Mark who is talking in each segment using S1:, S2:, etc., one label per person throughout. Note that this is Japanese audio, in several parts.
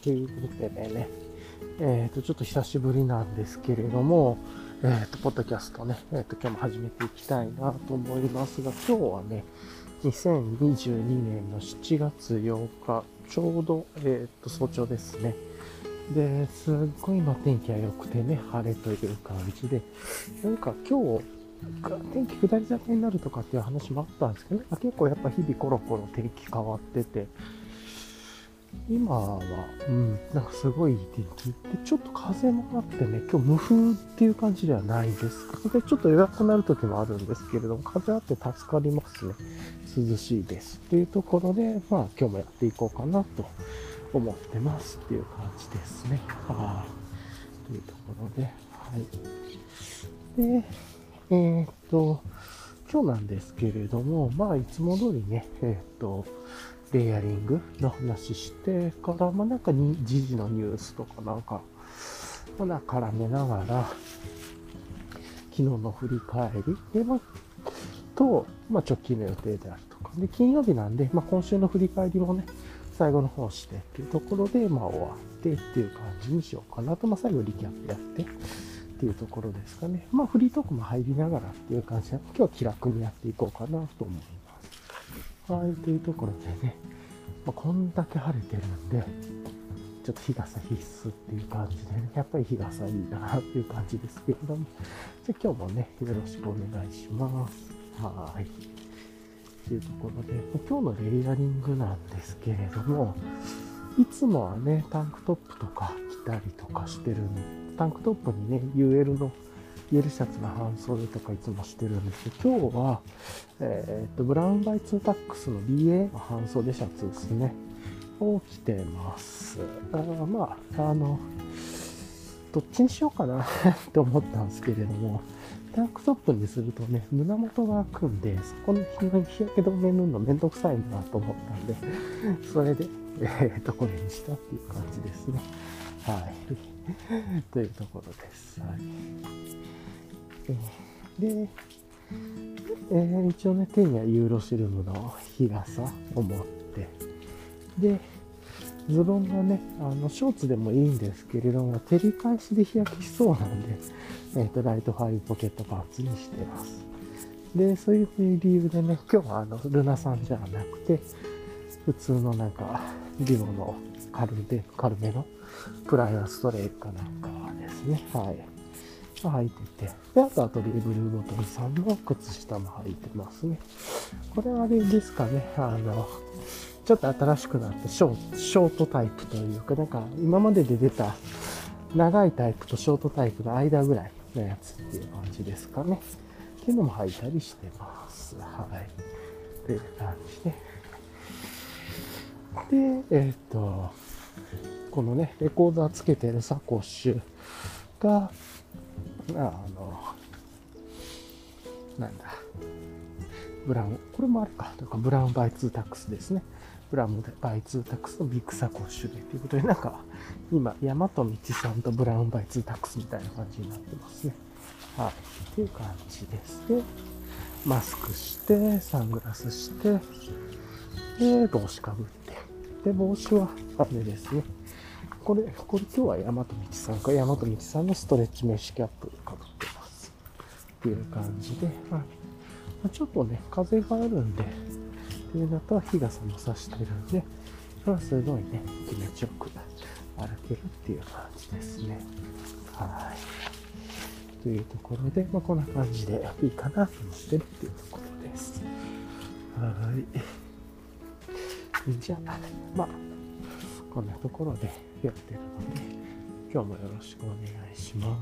S1: ということでね、ちょっと久しぶりなんですけれども、ポッドキャストね、今日も始めていきたいなと思いますが、今日はね、2022年の7月8日、ちょうど、早朝ですね。で、すっごい今天気が良くてね、晴れという感じで、なんか今日、天気下り坂になるとかっていう話もあったんですけど、結構やっぱ日々コロコロ天気変わってて、今は、なんかすごいいい天気で、ちょっと風もあってね、今日無風っていう感じではないです。で、ちょっと弱くなる時もあるんですけれども、風あって助かりますね。涼しいです。というところで、今日もやっていこうかなと思ってますっていう感じですね。はい。というところで、はい。で、今日なんですけれども、いつも通りね、レイヤリングの話してから、なんか時事のニュースとかなんか、絡めながら、昨日の振り返りで、直近の予定であるとか。で、金曜日なんで、今週の振り返りもね、最後の方してっていうところで、終わってっていう感じにしようかなと、最後リキャップやってっていうところですかね。フリートークも入りながらっていう感じで、今日は気楽にやっていこうかなと思います。はい、というところでね、こんだけ晴れてるんで、ちょっと日傘必須っていう感じでね、やっぱり日傘いいなっていう感じですけれども、じゃあ今日もね、よろしくお願いします。はい。というところで、今日のレイヤリングなんですけれども、いつもはね、タンクトップとか着たりとかしてるんで、タンクトップにね、UL シャツの半袖とかいつもしてるんですけど、今日は、ブラウンバイツータックスの BA の半袖シャツですね。を着てます。どっちにしようかなって思ったんですけれども、タンクトップにするとね、胸元が開くんで、そこの日焼け止め塗るのめんどくさいなと思ったんで、それで、これにしたっていう感じですね。はい。というところです。はい。で、一応ね、手にはユーロシルムの日傘を持って、で、ズボンがね、ショーツでもいいんですけれども、照り返しで日焼けしそうなんで、ライトファイブポケットパンツにしてます。で、そういう理由でね、今日はルナさんじゃなくて、普通のなんか、リボの軽めのプライアストレイルかなんかですね。はい。履いてて。で、あとはトリーブルーボトルさんの靴下も履いてますね。これはあれですかね。ちょっと新しくなってショートタイプというか、なんか今までで出た長いタイプとショートタイプの間ぐらいのやつっていう感じですかね。っていうのも履いたりしてます。はい。という感じで。で、このね、レコーダーつけてるサコッシュが、ブラウン、これもあるか。だからブラウンバイツータックスですね。ブラウンバイツータックスのビッグサコッシュでということで、なんか、今、大和道さんとブラウンバイツータックスみたいな感じになってますね。はい。っていう感じです。で、マスクして、サングラスして、で、帽子かぶって。で、帽子は、あれですね。これ今日は大和道さんのストレッチメッシュキャップかぶってます。っていう感じで、ちょっとね、風があるんで、っていうのと日傘も差してるんで、すごいね、気持ちよく歩けるっていう感じですね。はい。というところで、こんな感じでいいかなと思ってるっていうところです。はい。じゃあ、こんなところでやってるので、今日もよろしくお願いします。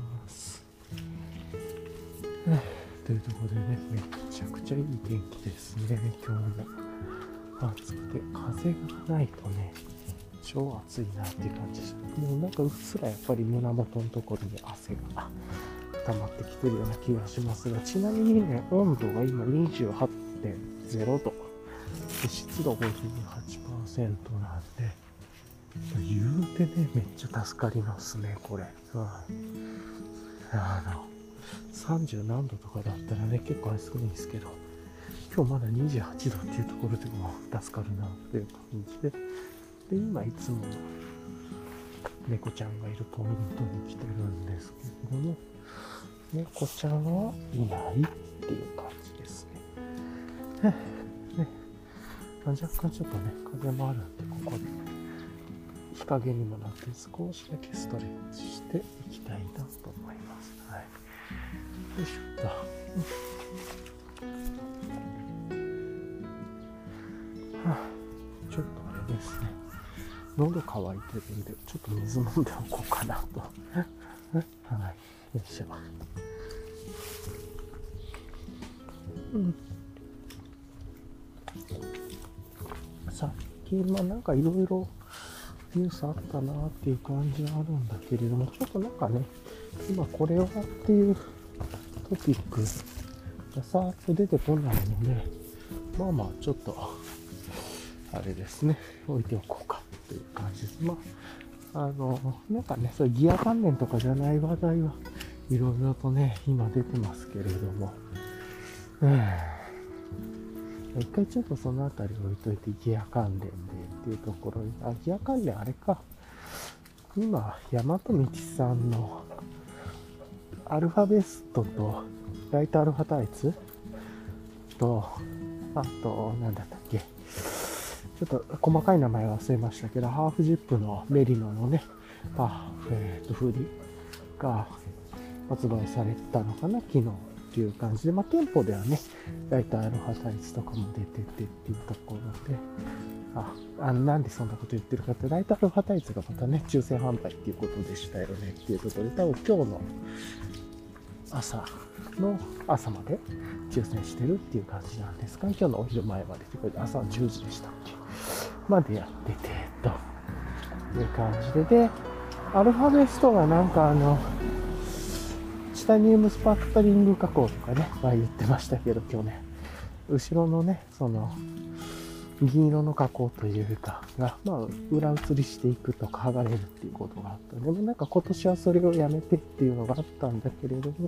S1: というところでね、めちゃくちゃいい天気ですね、今日も。暑くて、風がないとね、超暑いなっていう感じです。もうなんかうっすらやっぱり胸元のところに汗が溜まってきてるような気がしますが、ちなみにね、温度が今 28.0 度。で湿度 58% なんで、言うてね、めっちゃ助かりますね、これ。30何度とかだったらね、結構暑いんですけど、今日まだ28度っていうところでも助かるなっていう感じで、で、今いつも猫ちゃんがいるポイントに来てるんですけれども、猫ちゃんはいないっていう感じですね。ね、若干ちょっとね、風もあるんで、ここで日陰にもなって少しだけストレッチしていきたいなと思います。はい。よいしょっと。ちょっとあれですね。喉乾いてるんで、ちょっと水飲んでおこうかなと。はい。よいしょ。さっき、なんかいろいろニュースあったなっていう感じはあるんだけれども、ちょっとなんかね、今これはっていうトピックがさーっと出てこないので、ちょっと、あれですね、置いておこうかっていう感じです。なんかね、そういうギア関連とかじゃない話題はいろいろとね、今出てますけれども、一回ちょっとそのあたり置いといて、ギア関連でっていうところに、ギア関連あれか。今、大和道さんのアルファベストとライトアルファタイツと、あと、なんだったっけ。ちょっと細かい名前忘れましたけど、ハーフジップのメリノのね、フーディが発売されたのかな、昨日。っていう感じで、店舗ではね、ライトアルファタイツとかも出ててっていうところで、なんでそんなこと言ってるかって、ライトアルファタイツがまたね、抽選販売っていうことでしたよねっていうところで、多分今日の朝まで抽選してるっていう感じなんですかね。今日のお昼前までってこれで朝10時でしたっけまでやってて、という感じで、アルファベストがなんかチタニウムスパークリング加工とかね、言ってましたけど、去年。後ろのね、銀色の加工というか、が、裏移りしていくとか剥がれるっていうことがあったので、なんか今年はそれをやめてっていうのがあったんだけれども、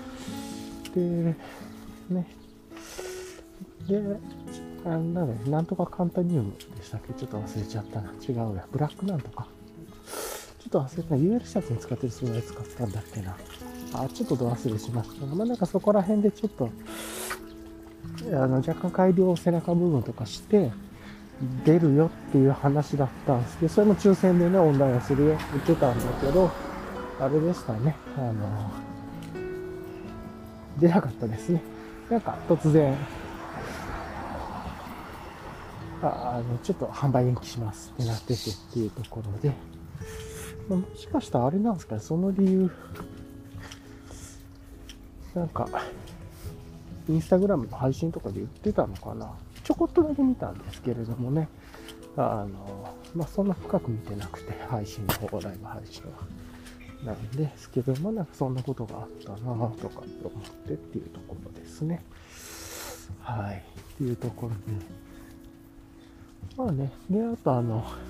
S1: なんとかカンタニウムでしたっけちょっと忘れちゃったな。違うや。ブラックなんとか。ちょっと忘れた。UL シャツに使ってる素材使ったんだっけな。ちょっとど忘れしましたが、なんかそこら辺でちょっと、若干改良背中部分とかして、出るよっていう話だったんですけど、それも抽選でね、オンラインするよって言ってたんだけど、あれでしたね。出なかったですね。なんか突然、ちょっと販売延期しますってなっててっていうところで、もしかしたらあれなんですかね、その理由、なんか、インスタグラムの配信とかで言ってたのかな。ちょこっとだけ見たんですけれどもね、そんな深く見てなくて、配信の方、ライブ配信は。なんですけども、なんかそんなことがあったなとか思ってっていうところですね。はい。っていうところで。で、あと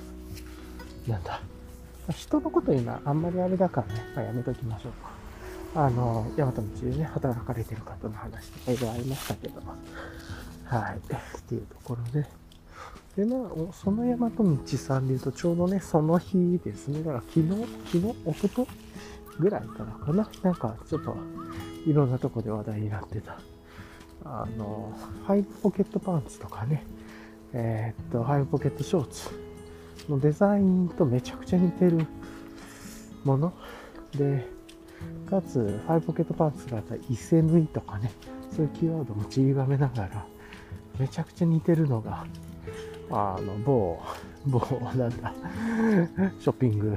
S1: 人のこと言うのはあんまりあれだからね、やめときましょうか。大和道でね、働かれてる方の話とかいろいろありましたけども。はい。っていうところで。で、その大和道さんで言うと、ちょうどね、その日ですね。だから昨日、おととぐらいからかな。なんか、ちょっと、いろんなとこで話題になってた。ハイポケットパンツとかね。ハイポケットショーツのデザインとめちゃくちゃ似てるもので、かつ、ファイブポケットパンツが伊勢縫いとかね、そういうキーワードもちりばめながら、めちゃくちゃ似てるのが、なんだ、ショッピング、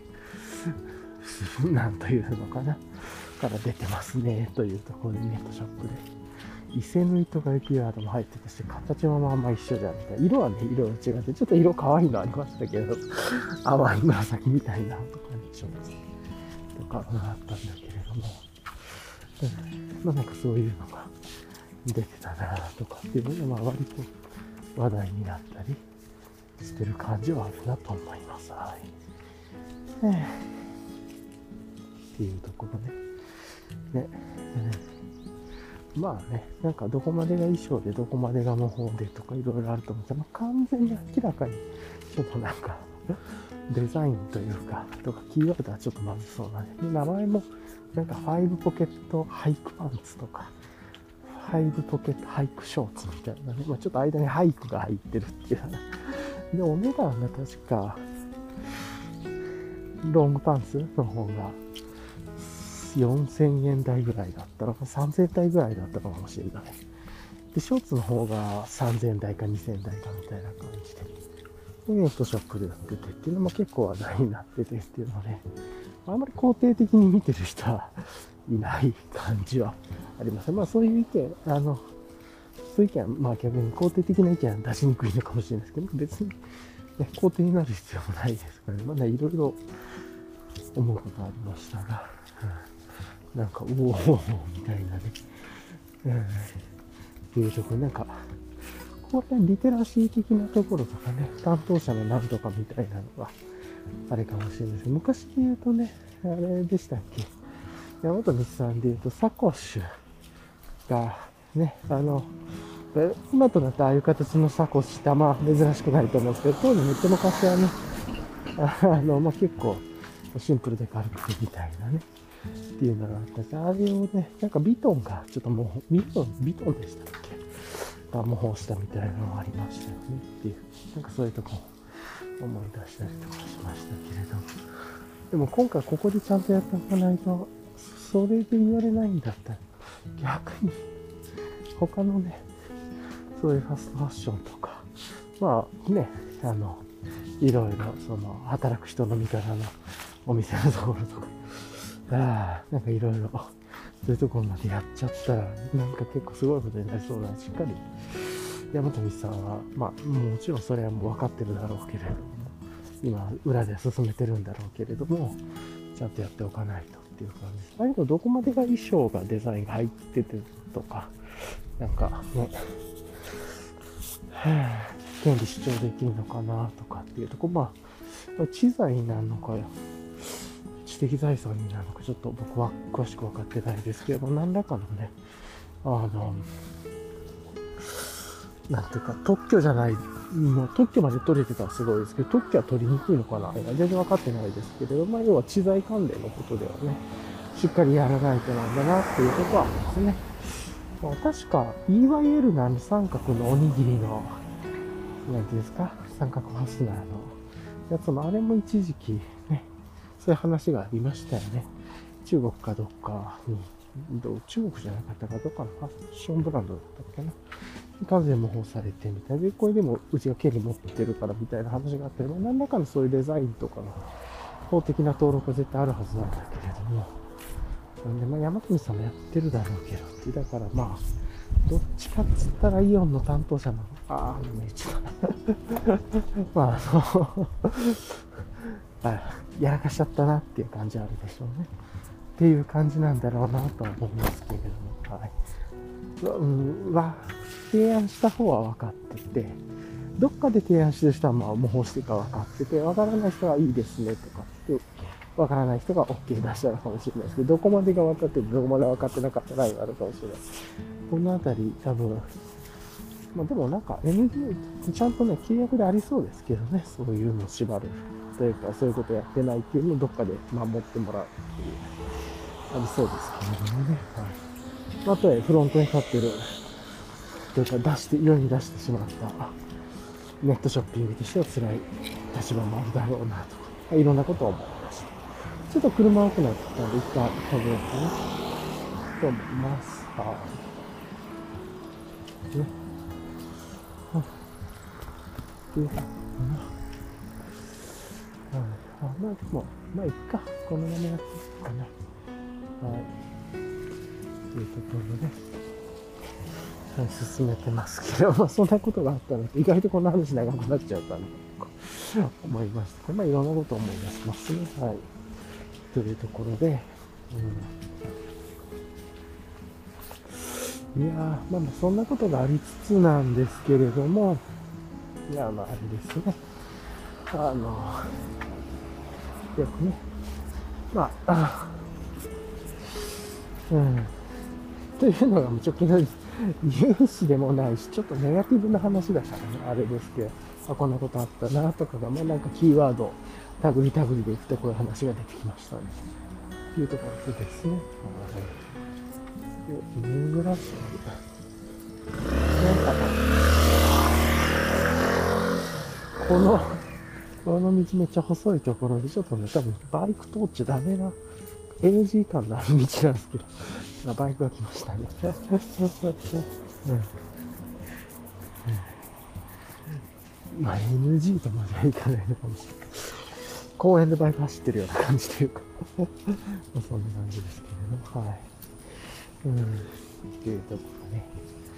S1: なんというのかな、から出てますね、というところでネットショップで。伊勢縫いとかいうキーワードも入ってたし、形もまあまあ一緒じゃんみたいな。色はね、色が違って、ちょっと色可愛いのありましたけど、淡い紫みたいなとかね、ショーツとかがあったんだけれども、なんかそういうのが出てたなとかっていうのが、割と話題になったりしてる感じはあるなと思います。はい。っていうところね。なんかどこまでが衣装でどこまでが模倣でとかいろいろあると思うんですけど、完全に明らかにちょっとなんかデザインというか、とかキーワードはちょっとまずそうなんで、名前もなんか5ポケットハイクパンツとか、5ポケットハイクショーツみたいなね、ちょっと間にハイクが入ってるっていう。で、お値段が確か、ロングパンツの方が4000円台ぐらいだったのか、3000円台ぐらいだったのかもしれない。で、ショーツの方が3000円台か2000円台かみたいな感じで、ネットショップで売っててっていうのも結構話題になっててっていうので、あまり肯定的に見てる人はいない感じはあります。そういう意見、そういう意見は、逆に肯定的な意見は出しにくいのかもしれないですけど、別に、ね、肯定になる必要もないですからね。いろいろ思うことありましたが、なんか、おおみたいなね。っていうところ、なんか、こういうリテラシー的なところとかね、担当者のなんとかみたいなのがあれかもしれないです。昔で言うとね、あれでしたっけ、山本道さんで言うとサコッシュがね、今となってああいう形のサコッシュって珍しくないと思うんですけど、当時めっちゃ昔はね、結構シンプルで軽くみたいなね、っていうのがあったし、あれをね、なんかビトンがちょっともう、ビトンでしたっけが模倣したみたいなのがありましたよねっていう、なんかそういうとこ思い出したりとかしましたけれど、でも今回ここでちゃんとやっておかないと、それで言われないんだったら、逆に他のね、そういうファストファッションとか、いろいろ働く人の味方のお店のところとか、なんかいろいろそういうところまでやっちゃったら、なんか結構すごいことになりそうな、しっかり山本さんは、もちろんそれはもう分かってるだろうけれども、今裏で進めてるんだろうけれども、ちゃんとやっておかないとっていう感じです。だけどどこまでが衣装がデザインが入っててとか、なんかね、権利主張できるのかなとかっていうところ、知財になるのか知的財産になるのかちょっと僕は詳しく分かってないですけど、何らかのね、なんていうか特許じゃない、もう特許まで取れてたらすごいですけど、特許は取りにくいのかな、全然分かってないですけれど、要は知財関連のことではね、しっかりやらないとなんだなっていうことはですね。確か EYL の三角のおにぎりのなんていうんですか、三角ファスナーのやつもあれも一時期ね、そういう話がありましたよね。中国かどっかに、中国じゃなかったかどっかのファッションブランドだったっけな、完全模倣されてみたいで、これでもうちが権利持ってるからみたいな話があって、何らかのそういうデザインとかの法的な登録は絶対あるはずなんだけれども、なんで山富さんもやってるだろうけど、だからどっちかっつったらイオンの担当者の、やらかしちゃったなっていう感じはあるでしょうね。っていう感じなんだろうなとは思いますけれども、提案した方は分かってて、どっかで提案してる人は模倣してるか分かってて、分からない人はいいですねとかって、分からない人が OK 出したのかもしれないですけど、どこまでが分かってて、どこまで分かってなかったラインがあるかもしれない。このあたり多分、でもなんか NG ちゃんとね、契約でありそうですけどね、そういうのを縛るというか、そういうことやってないっていうのをどっかで守ってもらうっていう、ありそうですけれどもね。あとはフロントに立ってる、というか世に出してしまったネットショッピングとしては辛い立場もあるだろうなとか、いろんなことを思いました。ちょっと車多くなってきたんで、一旦飛ぶかなと思います。ね。っていうかな。でも、いっか。このままやっていくかな。というところで、進めてますけど、そんなことがあったので、意外とこんな話長くなっちゃったんだとか思いました。いろんなことを思い出しますね。というところで、いやそんなことがありつつなんですけれども、あれですね。よくね、というのが直近のニュースでもないし、ちょっとネガティブな話だからね、あれですけど、 あ、こんなことあったなとかが、まあなんかキーワード、たぐりたぐりでいくとこういう話が出てきましたね。というところでですね。はい。珍しい。なんか、この道めっちゃ細いところで、ちょっとね、多分バイク通っちゃダメな、AG 感のある道なんですけど、バイクが来ましたね。まあ NG とまではいかないのかもしれない。公園でバイク走ってるような感じというかそんな感じですけれども、はい。っていうところね。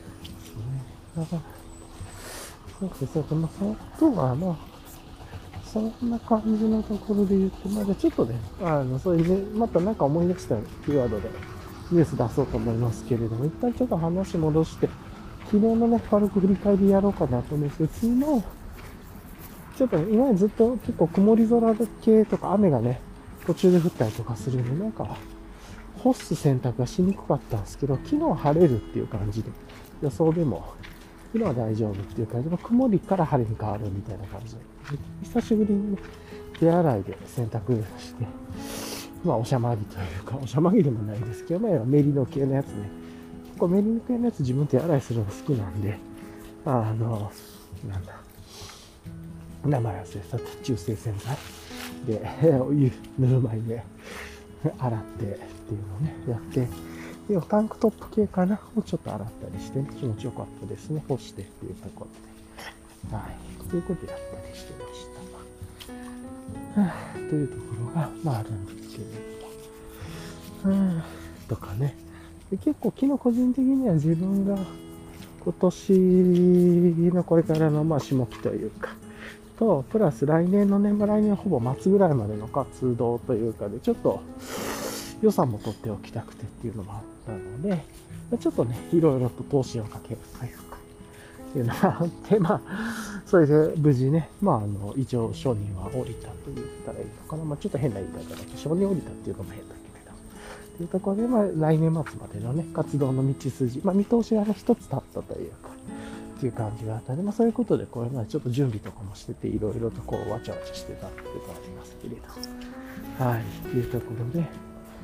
S1: そうですね。まあ、そとは、まあ、そんな感じのところで言って、まだちょっとね、そういうね、またなんか思い出したキーワードでニュース出そうと思いますけれども、一旦ちょっと話戻して、昨日のね、軽く振り返りやろうかなと思うんですけど、昨日、ちょっと今までずっと結構曇り空系とか雨がね、途中で降ったりとかするんで、なんか、干す選択がしにくかったんですけど、昨日は晴れるっていう感じで、予想でも、今は大丈夫っていう感じで、曇りから晴れに変わるみたいな感じで、久しぶりに、ね、手洗いで洗濯して、まあ、おしゃまぎというか、おしゃまぎでもないですけど、まあ、メリノ系のやつね。結構メリノ系のやつ自分手洗いするの好きなんで、なんだ、名前忘れた中性洗剤で、お湯ぬるま湯で洗ってっていうのをね、やって、で、タンクトップ系かなをちょっと洗ったりして、ね、気持ちよかったですね。干してっていうところで。はい。ということでやったりしてました。というところが、まああるんですけれど。とかね。で結構昨日個人的には自分が今年のこれからのまあ下期というか、と、プラス来年のね、来年ほぼ末ぐらいまでの活動というかで、ちょっと予算も取っておきたくてっていうのもあったので、ちょっとね、いろいろと投資をかけるというか、っていうのがあって、まあ、それで無事ね、まあ、一応承認は降りたと言ったらいいのかな。まあ、ちょっと変な言い方だと、承認降りたっていうのも変だけれど。というところで、まあ、来年末までのね、活動の道筋、まあ、見通しがね、一つ立ったというか、っていう感じがあったので、まあ、そういうことで、これまでちょっと準備とかもしてて、いろいろとこう、わちゃわちゃしてたっていうのがありますけれど。はい、というところで、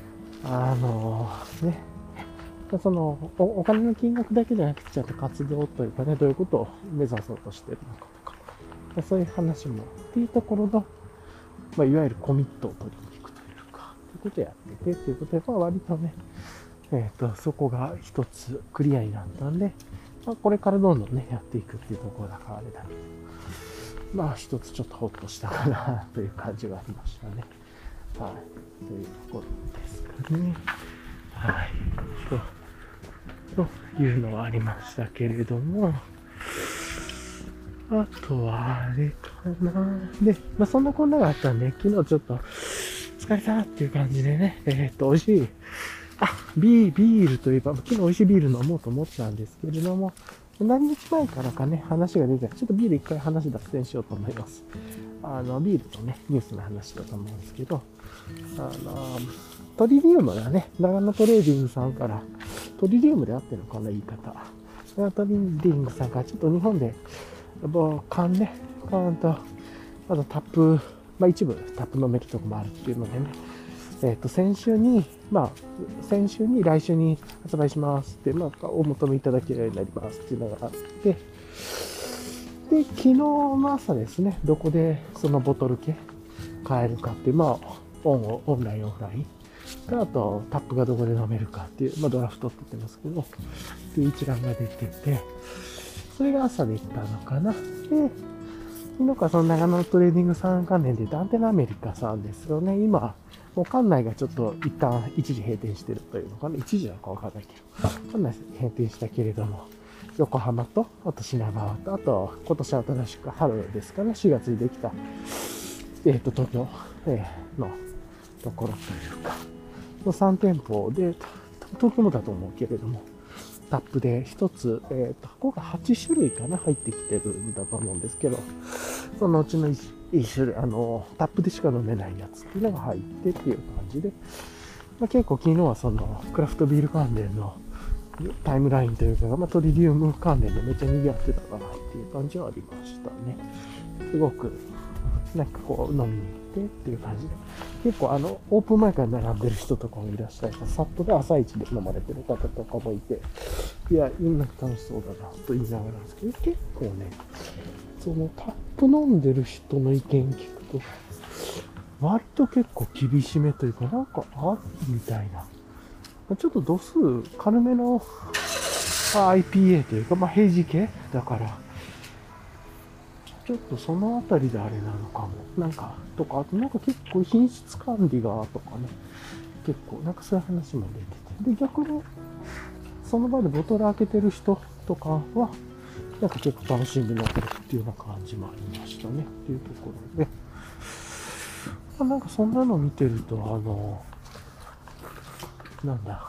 S1: ね、そのお金の金額だけでなくちゃんと活動というかね、どういうことを目指そうとしているのかとか、そういう話もっていうところの、まあ、いわゆるコミットを取りに行くというか、ということをやってて、ということで、まあ、割とね、そこが一つクリアになったんで、まあ、これからどんどんね、やっていくっていうところだからあれだけど、まあ、一つちょっとホッとしたかなという感じがありましたね。はい。というところですかね。はい。というのはありましたけれども、あとはあれかな。で、まあそんなこんながあったんで、昨日ちょっと疲れたっていう感じでね、美味しい、ビールといえば、昨日美味しいビール飲もうと思ったんですけれども、何日前からかね、話が出て、ちょっとビール一回話脱線しようと思います。ビールとね、ニュースの話だと思うんですけど、トリリウムがね、長野トレーディングさんから、トリリウムであってるのかな、言い方。トリリウムさんからちょっと日本で、缶と、あとタップ、まあ一部タップ飲めるとこもあるっていうのでね、先週に来週に発売しますって、まあ、お求めいただけるようになりますっていうのがあって、で、昨日の朝ですね、どこでそのボトル系買えるかっていう、まあ、オンライン、オフライン。あと、タップがどこで飲めるかっていう、まあ、ドラフトって言ってますけど、っていう一覧が出てて、それが朝できたのかな。で、昨日からその長野トレーディングさん関連で言うとアンテナアメリカさんですよね。今、もう館内がちょっと一旦一時閉店してるというのかな。一時なのかわかんないけど、館内閉店したけれども、横浜と、あと品川と、あと今年新しく春ですかね、4月にできた、東京、のところというか、の3店舗で、東京もだと思うけれども、タップで一つ、箱が8種類かな、入ってきてるんだと思うんですけど、そのうちの1種類、タップでしか飲めないやつっていうのが入ってっていう感じで、まあ、結構昨日はそのクラフトビール関連のタイムラインというか、まあ、トリリウム関連でめっちゃ賑わってたかなっていう感じはありましたね。すごく、なんかこう飲みに行ってっていう感じで。結構オープン前から並んでる人とかもいらっしゃいます。サットで朝一で飲まれてる方とかもいて、いや、なんか楽しそうだなと言いながらですけど、結構ね、そのタップ飲んでる人の意見聞くと、割と結構厳しめというか、なんかあるみたいな。ちょっと度数軽めの IPA というか、まあ平時系だから、ちょっとそのあたりであれなのかも。なんか、とか、あとなんか結構品質管理がとかね、結構なんかそういう話も出てて。で、逆に、その場でボトル開けてる人とかは、なんか結構楽しんで飲んでるっていうような感じもありましたね。っていうところで。まあ、なんかそんなの見てると、なんだ、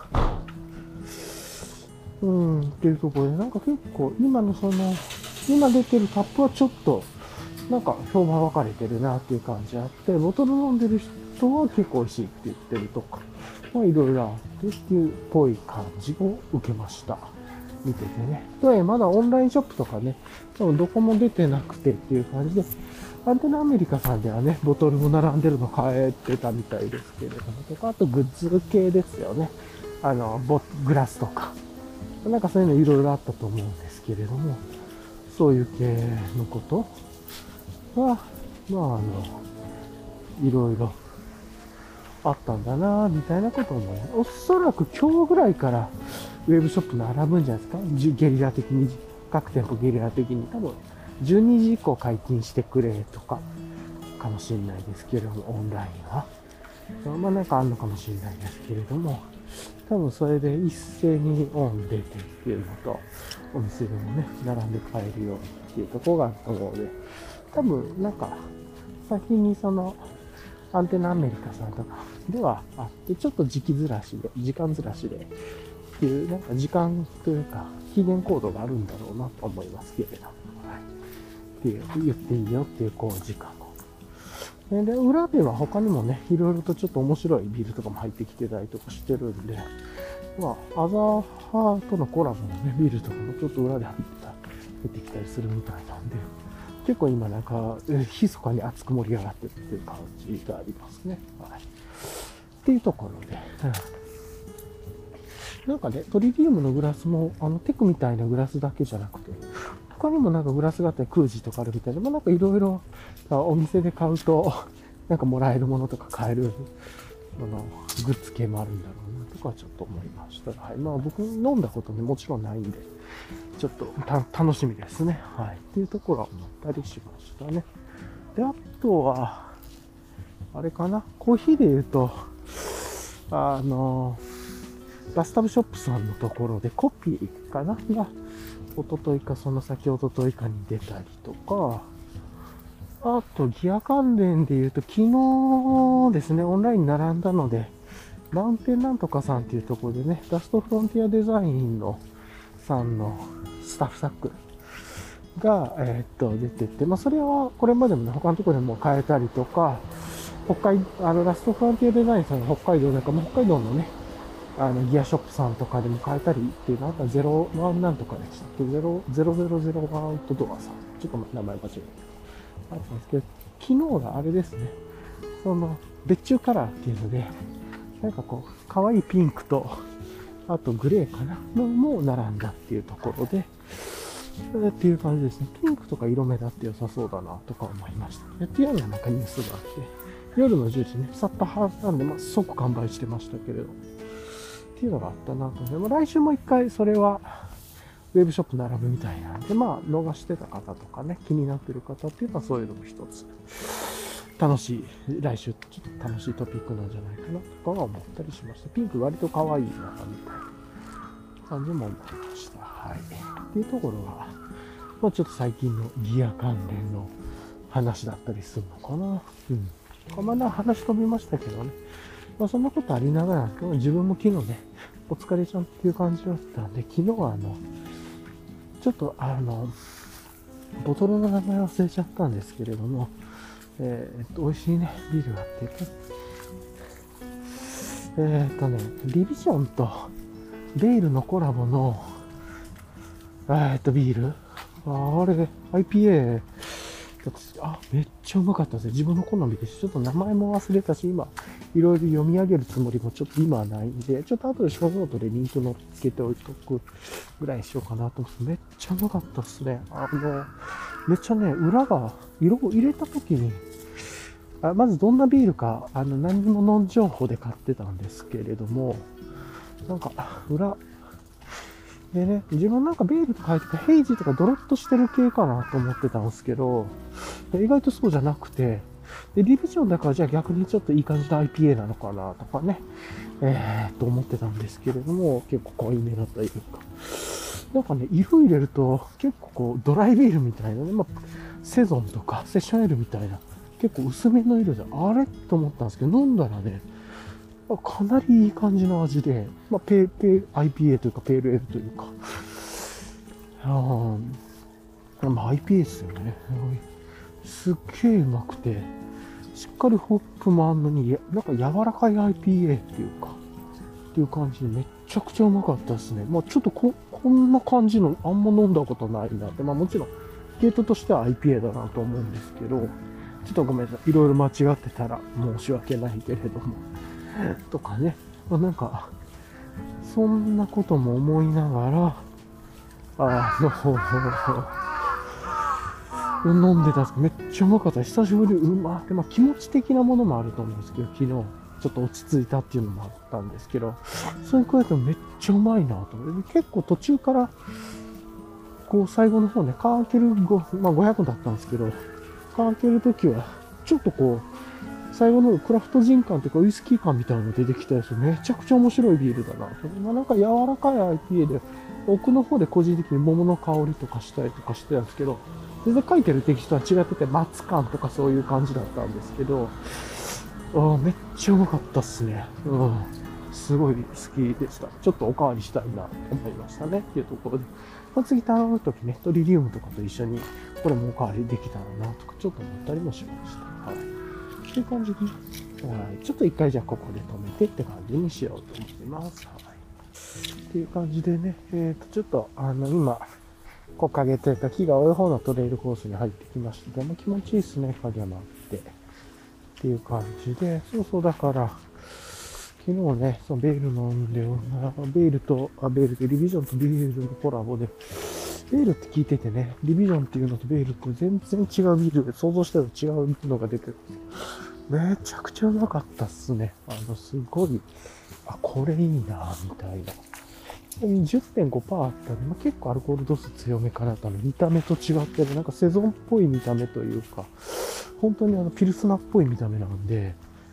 S1: っていうところで、なんか結構今の今出てるタップはちょっと、なんか評判分かれてるなっていう感じあって、ボトル飲んでる人は結構美味しいって言ってるとか、まあいろいろあってっていうっぽい感じを受けました。見ててね。で、まだオンラインショップとかね、多分どこも出てなくてっていう感じで、アンテナアメリカさんではね、ボトルも並んでるの買えてたみたいですけれども、とか、あとグッズ系ですよね。グラスとか。なんかそういうのいろいろあったと思うんですけれども、そういう系のことは、まあいろいろあったんだなみたいなことを思います。おそらく今日ぐらいからウェブショップ並ぶんじゃないですか。ゲリラ的に、各店舗ゲリラ的に。多分、12時以降解禁してくれとか、かもしれないですけれども、オンラインは。まあなんかあんのかもしれないですけれども、多分それで一斉にオン出てっていうのと、お店でもね、並んで買えるようにっていうところがあると思うので、多分なんか、先にアンテナアメリカさんとかではあって、ちょっと時間ずらしで、っていう、なんか時間というか、期限コードがあるんだろうなと思いますけれども、はい。っていう、言っていいよっていう、時間コード。で、裏では他にもね、いろいろとちょっと面白いビールとかも入ってきてたりとかしてるんで、まあ、アザーハーとのコラボのね、ビールとかもちょっと裏で入ってきたりするみたいなんで、結構今なんか、密かに熱く盛り上がってるっていう感じがありますね。はい。っていうところで、なんかね、トリリウムのグラスも、テクみたいなグラスだけじゃなくて、他にもなんかグラスがあったり、空耳とかあるみたいで、まあなんかいろいろ、お店で買うと、なんかもらえるものとか買える、グッズ系もあるんだろうな、とかちょっと思いました。はい。まあ僕飲んだことね、もちろんないんで、ちょっと楽しみですね。はい。っていうところは思ったりしましたね。で、あとは、あれかな、コーヒーで言うと、バスタブショップさんのところでコピーかなが、一昨日かその先一昨日かに出たりとか、あとギア関連で言うと昨日ですね、オンラインに並んだので、マウンテンなんとかさんっていうところでね、ダストフロンティアデザインのさんのスタッフサックが、出てて、まあそれはこれまでもね、他のところでも買えたりとか、ラストフロンティアデザインさんが北海道なんか、北海道のね、ギアショップさんとかでも買えたりっていうのは、01なんとかでしたっけ、0001アウトドアさん。ちょっと名前間違えてあったんですけど、昨日があれですね、別注カラーっていうので、なんかこう、可愛いピンクと、あとグレーかなのも並んだっていうところで、っていう感じですね。ピンクとか色目だって良さそうだなとか思いました。っていうようななんかニュースがあって、夜の10時ね、さっと貼ったんで、即完売してましたけれど、っていうのがあったなと思って、来週も一回それは、ウェブショップ並ぶみたいなんで、逃してた方とかね、気になってる方っていうのはそういうのも一つ、来週ちょっと楽しいトピックなんじゃないかなとかは思ったりしました。ピンク割と可愛いな、みたいな感じも思いました。はい。っていうところが、ちょっと最近のギア関連の話だったりするのかな。話飛びましたけどね。そんなことありながら、自分も昨日ね、お疲れちゃんっていう感じだったんで、昨日はちょっとボトルの名前忘れちゃったんですけれども、美味しいね、ビールがあって、リビジョンと、 ベイルのコラボの、ビールあれ、IPA、めっちゃうまかったですね。自分の好みです。ちょっと名前も忘れたし、今、いろいろ読み上げるつもりもちょっと今はないんで、ちょっと後でショーノートでリンク載っけておいておくぐらいにしようかなと思って、めっちゃうまかったですね。めっちゃね、裏が、色を入れた時に、まずどんなビールか、何にもノン情報で買ってたんですけれども、なんか、裏、でね、自分なんかベールとか入っててヘイジとかドロッとしてる系かなと思ってたんですけど、意外とそうじゃなくて、で、リビジョンだからじゃあ逆にちょっといい感じの IPA なのかなとかね、と思ってたんですけれども、結構濃いめだというか。なんかね、色入れると結構こうドライビールみたいなね、セゾンとかセッションエールみたいな、結構薄めの色で、あれと思ったんですけど、飲んだらね、かなりいい感じの味で、IPA というか、ペールエールというか、IPA ですよね。すっげえうまくて、しっかりホップもあんのに、なんか柔らかい IPA っていうか、っていう感じでめっちゃくちゃうまかったですね。ちょっとこんな感じのあんま飲んだことないなって、もちろんゲートとしては IPA だなと思うんですけど、ちょっとごめんなさい。いろいろ間違ってたら申し訳ないけれども。とかね。なんか、そんなことも思いながら、飲んでたんですけど、めっちゃうまかった。久しぶりに気持ち的なものもあると思うんですけど、昨日、ちょっと落ち着いたっていうのもあったんですけど、それに加えてめっちゃうまいなと思って、結構途中から、こう最後の方ね、カーケル500だったんですけど、カーケル時は、ちょっとこう、最後のクラフトジン感というかウイスキー感みたいなのが出てきたやつ、めちゃくちゃ面白いビールだなと。なんか柔らかい IPA で、奥の方で個人的に桃の香りとかしたりとかしてたんですけど、全然書いてるテキストは違ってて、松感とかそういう感じだったんですけど、めっちゃうまかったっすね。すごい好きでした。ちょっとおかわりしたいなと思いましたね。っていうところで。次頼むときね、トリリウムとかと一緒に、これもおかわりできたらなとか、ちょっと思ったりもしました。はい。っていう感じで、ちょっと一回じゃあここで止めてって感じにしようと思います。はい。っていう感じでね、ちょっと今、木陰というか木が多い方のトレイルコースに入ってきましたけども、気持ちいいですね、影もあって。っていう感じで、だから、昨日ね、そのベール飲んで、ベールでリビジョンとベールのコラボで、ベールって聞いててね、リビジョンっていうのとベールって全然違うビールで想像したら違うのが出てる。めちゃくちゃうまかったっすね。すごい、これいいな、みたいな。10.5% あったんで、結構アルコール度数強めかなと、見た目と違ってる、なんかセゾンっぽい見た目というか、本当にピルスナーっぽい見た目なんで、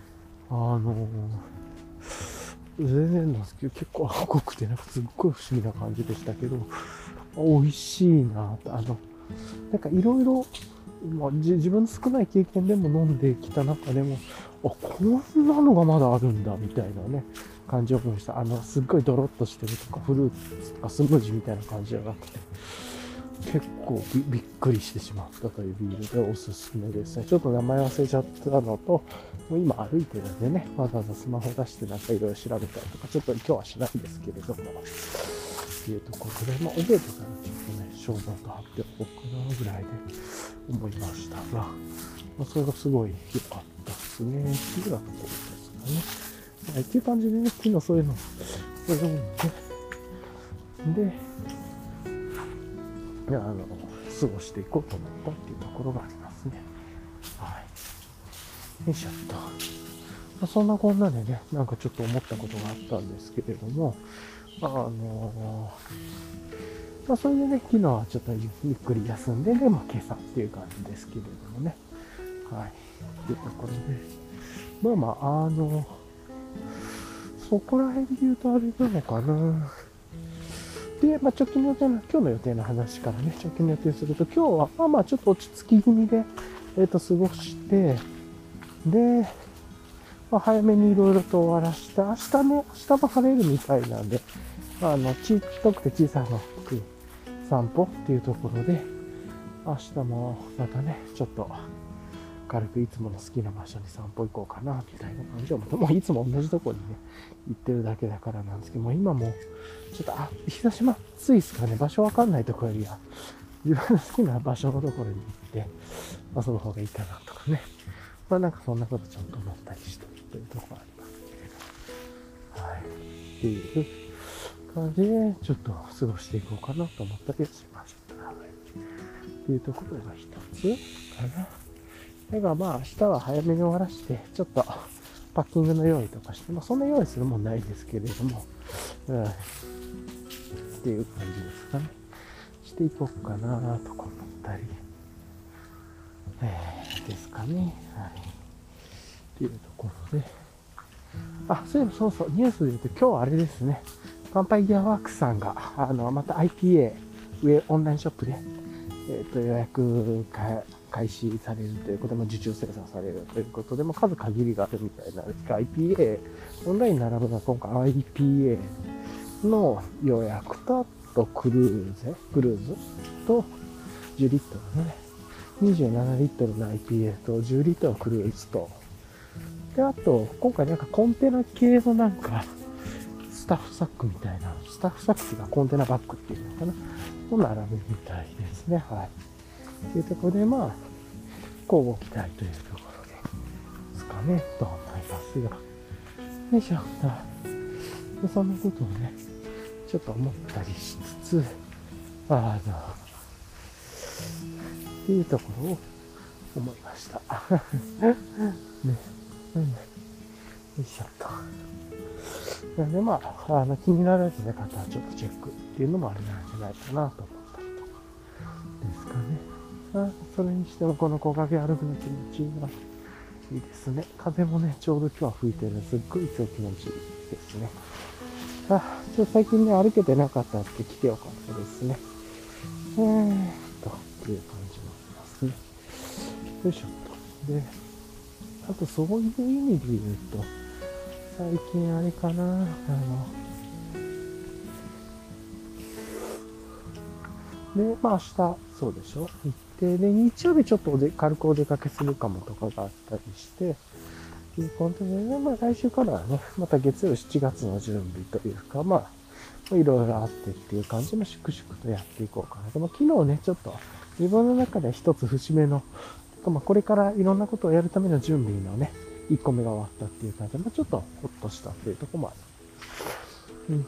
S1: 全然なんですけど、結構濃くて、なんかすっごい不思議な感じでしたけど、美味しいなと、なんかいろいろ、自分の少ない経験でも飲んできた中でも、こんなのがまだあるんだ、みたいなね、感じを思いました。すっごいドロッとしてるとか、フルーツとかスムージーみたいな感じじゃなくて、結構びっくりしてしまったというビールでおすすめですね。ちょっと名前忘れちゃったのと、もう今歩いてるんでね、わざわざスマホ出してなんかいろいろ調べたりとか、ちょっと今日はしないんですけれども、っていうところで、覚えてたらちょっとね、小ノート貼っておこうかなぐらいで思いましたが、それがすごい良かったですね。っていうようなところですかね。はい、っていう感じでね、昨日そういうのを読んで、過ごしていこうと思ったっていうところがありますね。はい。よいしょっと。そんなこんなでね、なんかちょっと思ったことがあったんですけれども、それでね、昨日はちょっとゆっくり休んで、で、今朝っていう感じですけれどもね。はい。というところで、そこら辺で言うとあれなのかな。で、直近の予定の、今日の予定の話からね、直近の予定すると、今日は、ちょっと落ち着き気味で、過ごして、で、早めにいろいろと終わらして、明日も晴れるみたいなんで、ちっとくて小さな散歩っていうところで、明日もまたね、ちょっと軽くいつもの好きな場所に散歩行こうかな、みたいな感じで思って、もういつも同じとこにね、行ってるだけだからなんですけども、今も、ちょっと、日差しも暑いですかね、場所わかんないところよりは、自分の好きな場所のところに行って遊ぶ方がいいかなとかね。なんかそんなことちょっと思ったりしてるというところありますけれど。はい。っていう感じで、ちょっと過ごしていこうかなと思ったりはしました。はい。っていうところが一つかな。だからまあ明日は早めに終わらして、ちょっとパッキングの用意とかして、そんな用意するもんないですけれども、っていう感じですかね。していこうかなとか思ったり、ですかね。はい。っていうところで。そういえばそうそう、ニュースで言うと今日はあれですね。乾杯ギアワークスさんが、また IPA 上オンラインショップで、予約開始されるということで、受注生産されるということで、数限りがあるみたいなんですが、IPA、オンラインに並ぶのは今回 IPA の予約と、クルーズと10リットルのね、27リットルの IPA と10リットルのクルーズと、で、あと、今回なんかコンテナ系のなんか、スタッフサックみたいな、スタッフサックスがコンテナバッグっていうのかな、と並ぶみたいですね。はい。というところで、交互期待というところですかね、と思いますが。よいしょ。そんなことをね、ちょっと思ったりしつつ、っていうところを思いました。ね。よいしょと。なので気になられてなかったらちょっとチェックっていうのもあれなんじゃないかなと思ったりとかですかね。それにしてもこの木陰歩くの気持ちいいな。いいですね。風もね、ちょうど今日は吹いてるのですっごい今日気持ちいいですね。最近ね、歩けてなかったって来てよかったですね。っていう感じもありますね。よいしょと。で、あとそういう意味で言うと、最近あれかな、で、明日、そうでしょ行って、で、日曜日ちょっと軽くお出かけするかもとかがあったりして、いうことでね、来週からはね、また月曜7月の準備というか、いろいろあってっていう感じも粛々とやっていこうかな。でも昨日ね、ちょっと自分の中で一つ節目の、これからいろんなことをやるための準備のね、1個目が終わったっていう感じで、ちょっとほっとしたっていうところもある。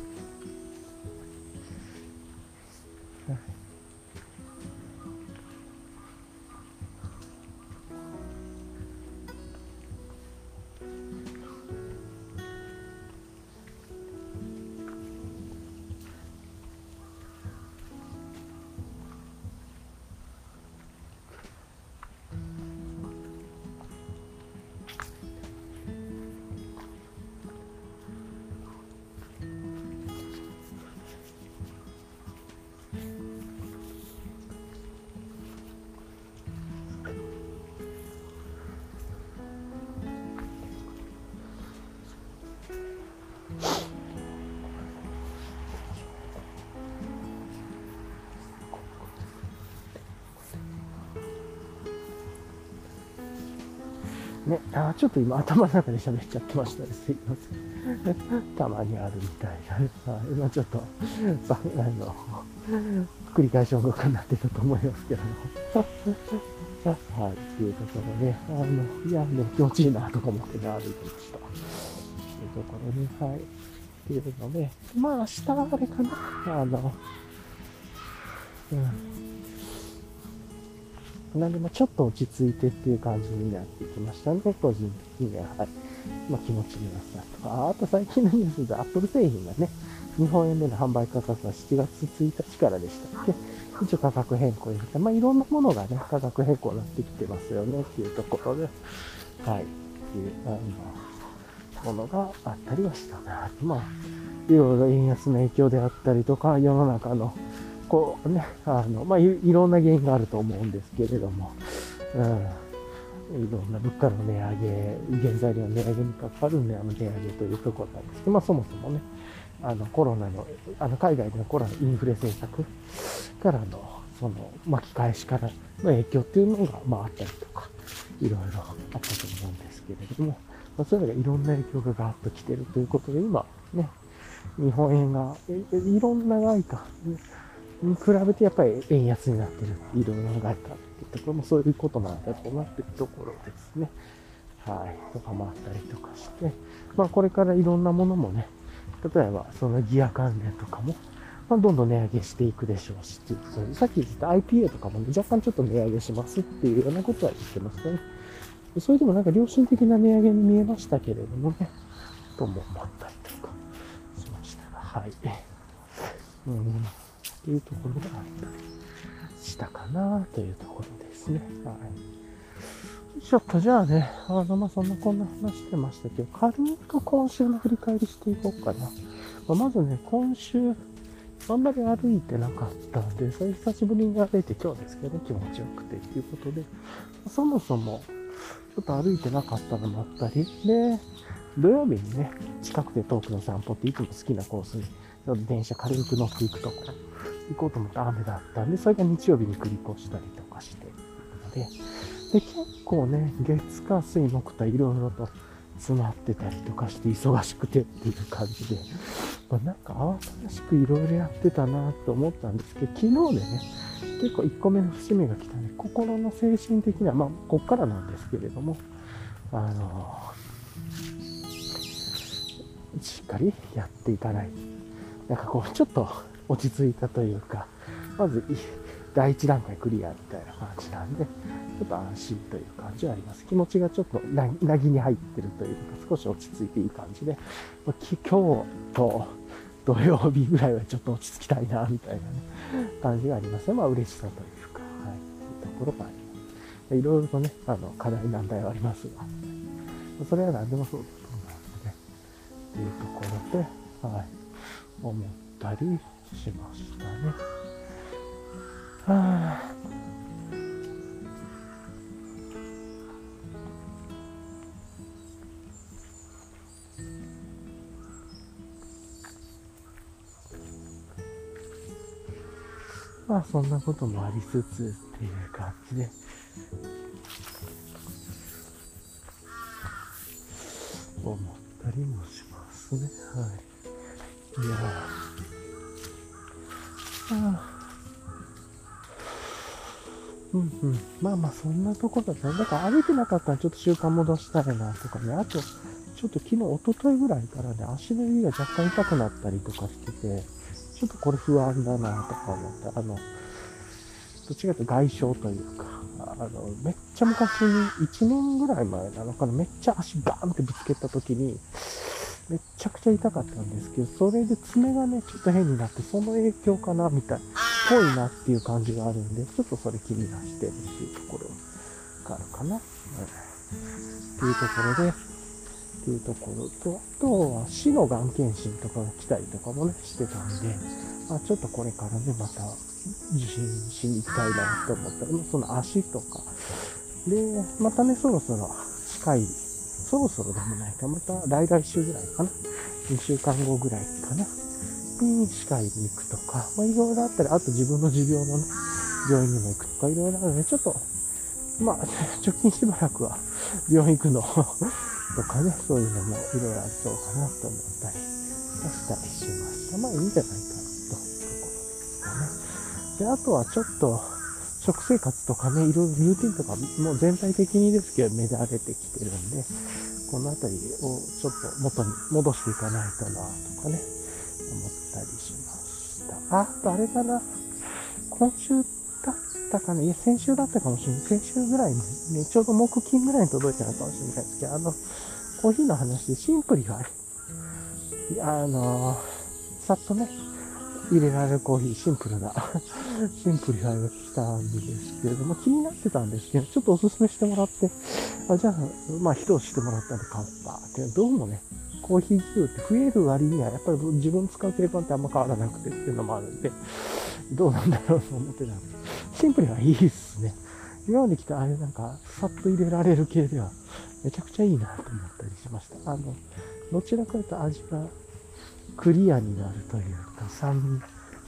S1: ね、ちょっと今頭の中で喋っちゃってましたね。すいません。たまにあるみたいな。今ちょっと、繰り返し音楽になってたと思いますけども。はい、っていうところで、いや、でも気持ちいいなとか思ってね、歩いてました。っていうところに、はい。っていうので、明日はあれかな。なんでもちょっと落ち着いてっていう感じになってきましたね、個人的には。はい。気持ちの良さとか、あと最近のニュースで Apple 製品がね、日本円での販売価格が7月1日からでしたっけ、一応価格変更にして、いろんなものがね、価格変更になってきてますよねっていうところで、はい、っていうものがあったりはしたな。いろいろ円安の影響であったりとか、世の中のこうね、いろんな原因があると思うんですけれども、いろんな物価の値上げ、原材料の値上げにかかる値上げというところなんですけど、そもそもね、コロナの、海外でのコロナインフレ政策からの、巻き返しからの影響っていうのが、あったりとか、 いろいろあったと思うんですけれども、それがいろんな影響がガーッと来てるということで、今ね、日本円がいろんな外貨に比べてやっぱり円安になってる。いろんな外貨っていうところもそういうことなんだろうなっていうところですね。はい。とかもあったりとかして、これからいろんなものもね、例えばそのギア関連とかも、どんどん値上げしていくでしょうし、っていうことでさっき言った IPA とかもね、若干ちょっと値上げしますっていうようなことは言ってますね。それでもなんか良心的な値上げに見えましたけれどもね、とも思ったりとかしましたが、はい。っていうところがあったりしたかなというところですね。はい。ちょっとじゃあね、そんなこんな話してましたけど、軽く今週の振り返りしていこうかな。まずね、今週、あんまり歩いてなかったんで、それ久しぶりに歩いて今日ですけど、気持ちよくてっていうことで、そもそも、ちょっと歩いてなかったのもあったり、で、土曜日にね、近くて遠くの散歩っていつも好きなコースに、電車軽く乗っていくところ、行こうと思った雨だったんで、それが日曜日に繰り越したりとかして、で、結構ね、月火水木といろいろと詰まってたりとかして忙しくてっていう感じで、なんか慌ただしくいろいろやってたなと思ったんですけど、昨日でね、結構1個目の節目が来たね、心の精神的な、こっからなんですけれども、しっかりやっていかない。なんかちょっと落ち着いたというか、まず第一段階クリアみたいな感じなんで、ちょっと安心という感じはあります。気持ちがちょっとなぎに入ってるというか、少し落ち着いていい感じで、今日と土曜日ぐらいはちょっと落ち着きたいな、みたいなね、感じがありますね。嬉しさというか、はい、というところがあります。いろいろとね、課題難題はありますが、それは何でもそうだと思うので、というところで、はい、思ったりしましたね。そんなこともありつつっていう感じで、思ったりもしますね。はい。いやそんなところだったね。だから歩いてなかったらちょっと習慣戻したいなとかね。あと、ちょっと昨日、一昨日ぐらいからね、足の指が若干痛くなったりとかしてて、ちょっとこれ不安だなとか思って、どっちかというと外傷というか、めっちゃ昔に、1年ぐらい前なのかな、めっちゃ足バーンってぶつけた時に、めっちゃくちゃ痛かったんですけど、それで爪がね、ちょっと変になって、その影響かな、みたいな、ぽいなっていう感じがあるんで、ちょっとそれ気になしてるっていうところがあるかな。っていうところで、っていうところと、あとは死のがん検診とかが来たりとかもね、してたんで、ちょっとこれからね、また受診しに行きたいなと思ったら、その足とか、で、またね、そろそろ近い、そろそろでもないか、また来週ぐらいかな、2週間後ぐらいかな、に歯科医に行くとか、いろいろあったり、あと自分の持病のね、病院にも行くとか、いろいろあるので、ちょっと、直近しばらくは病院行くのとかね、そういうのもいろいろありそうかなと思ったりしたりしました。いいんじゃないかなというところですかね。で、あとはちょっと、食生活とかね、いろいろルーティンとかもう全体的にですけど乱れてきてるんで、このあたりをちょっと元に戻していかないとなとかね、思ったりしました。あとあれかな、今週だったかな、いや先週だったかもしれない。先週ぐらいにね、ちょうど木金ぐらいに届いたのかもしれないですけど、コーヒーの話でシンプリファイ。さっとね、入れられるコーヒー、シンプルなシンプリファイが来たんですけれども、気になってたんですけど、ちょっとおすすめしてもらって、じゃあ、披露してもらったんで買ったって、どうもね、コーヒー器具って増える割には、やっぱり自分使う定番ってあんま変わらなくてっていうのもあるんで、どうなんだろうと思ってたんです。シンプルはいいっすね。今まで来たあれなんか、さっと入れられる系では、めちゃくちゃいいなと思ったりしました。どちらかというと味がクリアになるというか、酸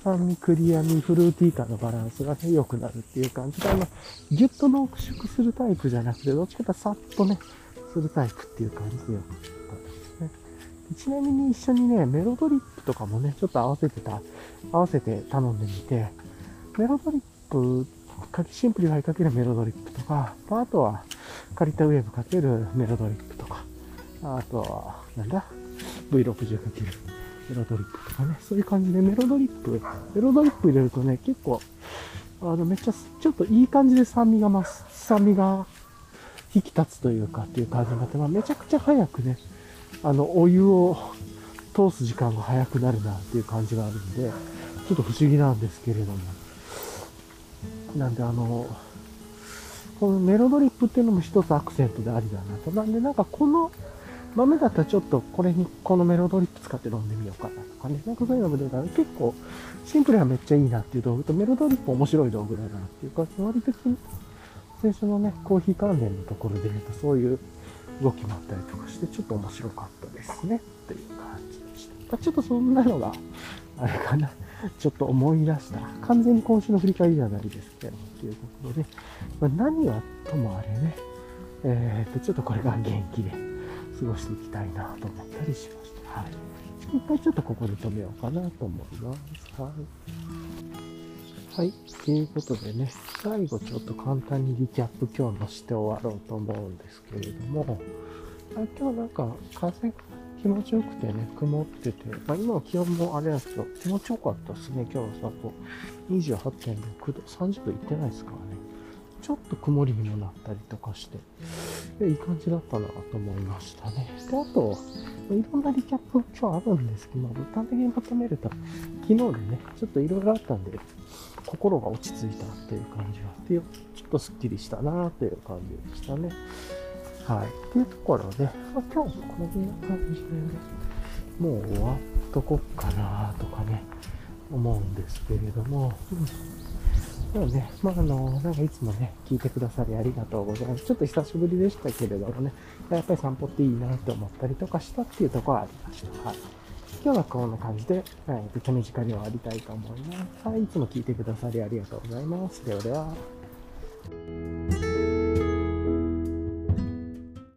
S1: 酸味、クリア味、フルーティー感のバランスがね、良くなるっていう感じで、ギュッと濃縮するタイプじゃなくて、どっちかというとさっとね、するタイプっていう感じでよかったですね。ちなみに一緒にね、メロドリップとかもね、ちょっと合わせて頼んでみて、メロドリップ、シンプリファイかけるメロドリップとか、あとは、カリタウェーブかけるメロドリップとか、あとは、V60 かけるメロドリップとかね、そういう感じでメロドリップ入れるとね、結構、めっちゃ、ちょっといい感じで酸味が引き立つというかっていう感じになって、めちゃくちゃ早くね、お湯を通す時間が早くなるなっていう感じがあるんで、ちょっと不思議なんですけれども。なんでこのメロドリップっていうのも一つアクセントでありだなと。なんでこの豆だったらちょっとこのメロドリップ使って飲んでみようかなとかね。そういうのも出たら結構シンプルはめっちゃいいなっていう道具とメロドリップ面白い道具だなっていうか、割と最初のね、コーヒー関連のところで言うとそういう動きもあったりとかしてちょっと面白かったですねっていう感じでした。ちょっとそんなのがあれかな。ちょっと思い出した。完全に今週の振り返りじゃないですけど、ということで、何はともあれね、ちょっとこれから元気で過ごしていきたいなと思ったりしました。はい。一回ちょっとここで止めようかなと思います。はい。はい。ということでね、最後ちょっと簡単にリキャップ今日のして終わろうと思うんですけれども、今日風が気持ちよくてね、曇ってて、今の気温もあれなんですけど、気持ちよかったですね。今日の散歩。28.6 度、30度いってないですからね。ちょっと曇りにもなったりとかして、いい感じだったなと思いましたね。で、あと、いろんなリキャップ今日あるんですけど、端的にまとめると、昨日でね、ちょっといろいろあったんで、心が落ち着いたっていう感じがあって、ちょっとスッキリしたなという感じでしたね。はい。っていうところで、今日もこんな感じでね、もう終わっとこっかなとかね、思うんですけれども、でもね、いつもね、聞いてくださりありがとうございます。ちょっと久しぶりでしたけれどもね、やっぱり散歩っていいなって思ったりとかしたっていうところはありました。はい。今日はこんな感じで、手短に終わりたいと思います。はい。いつも聞いてくださりありがとうございます。ではでは。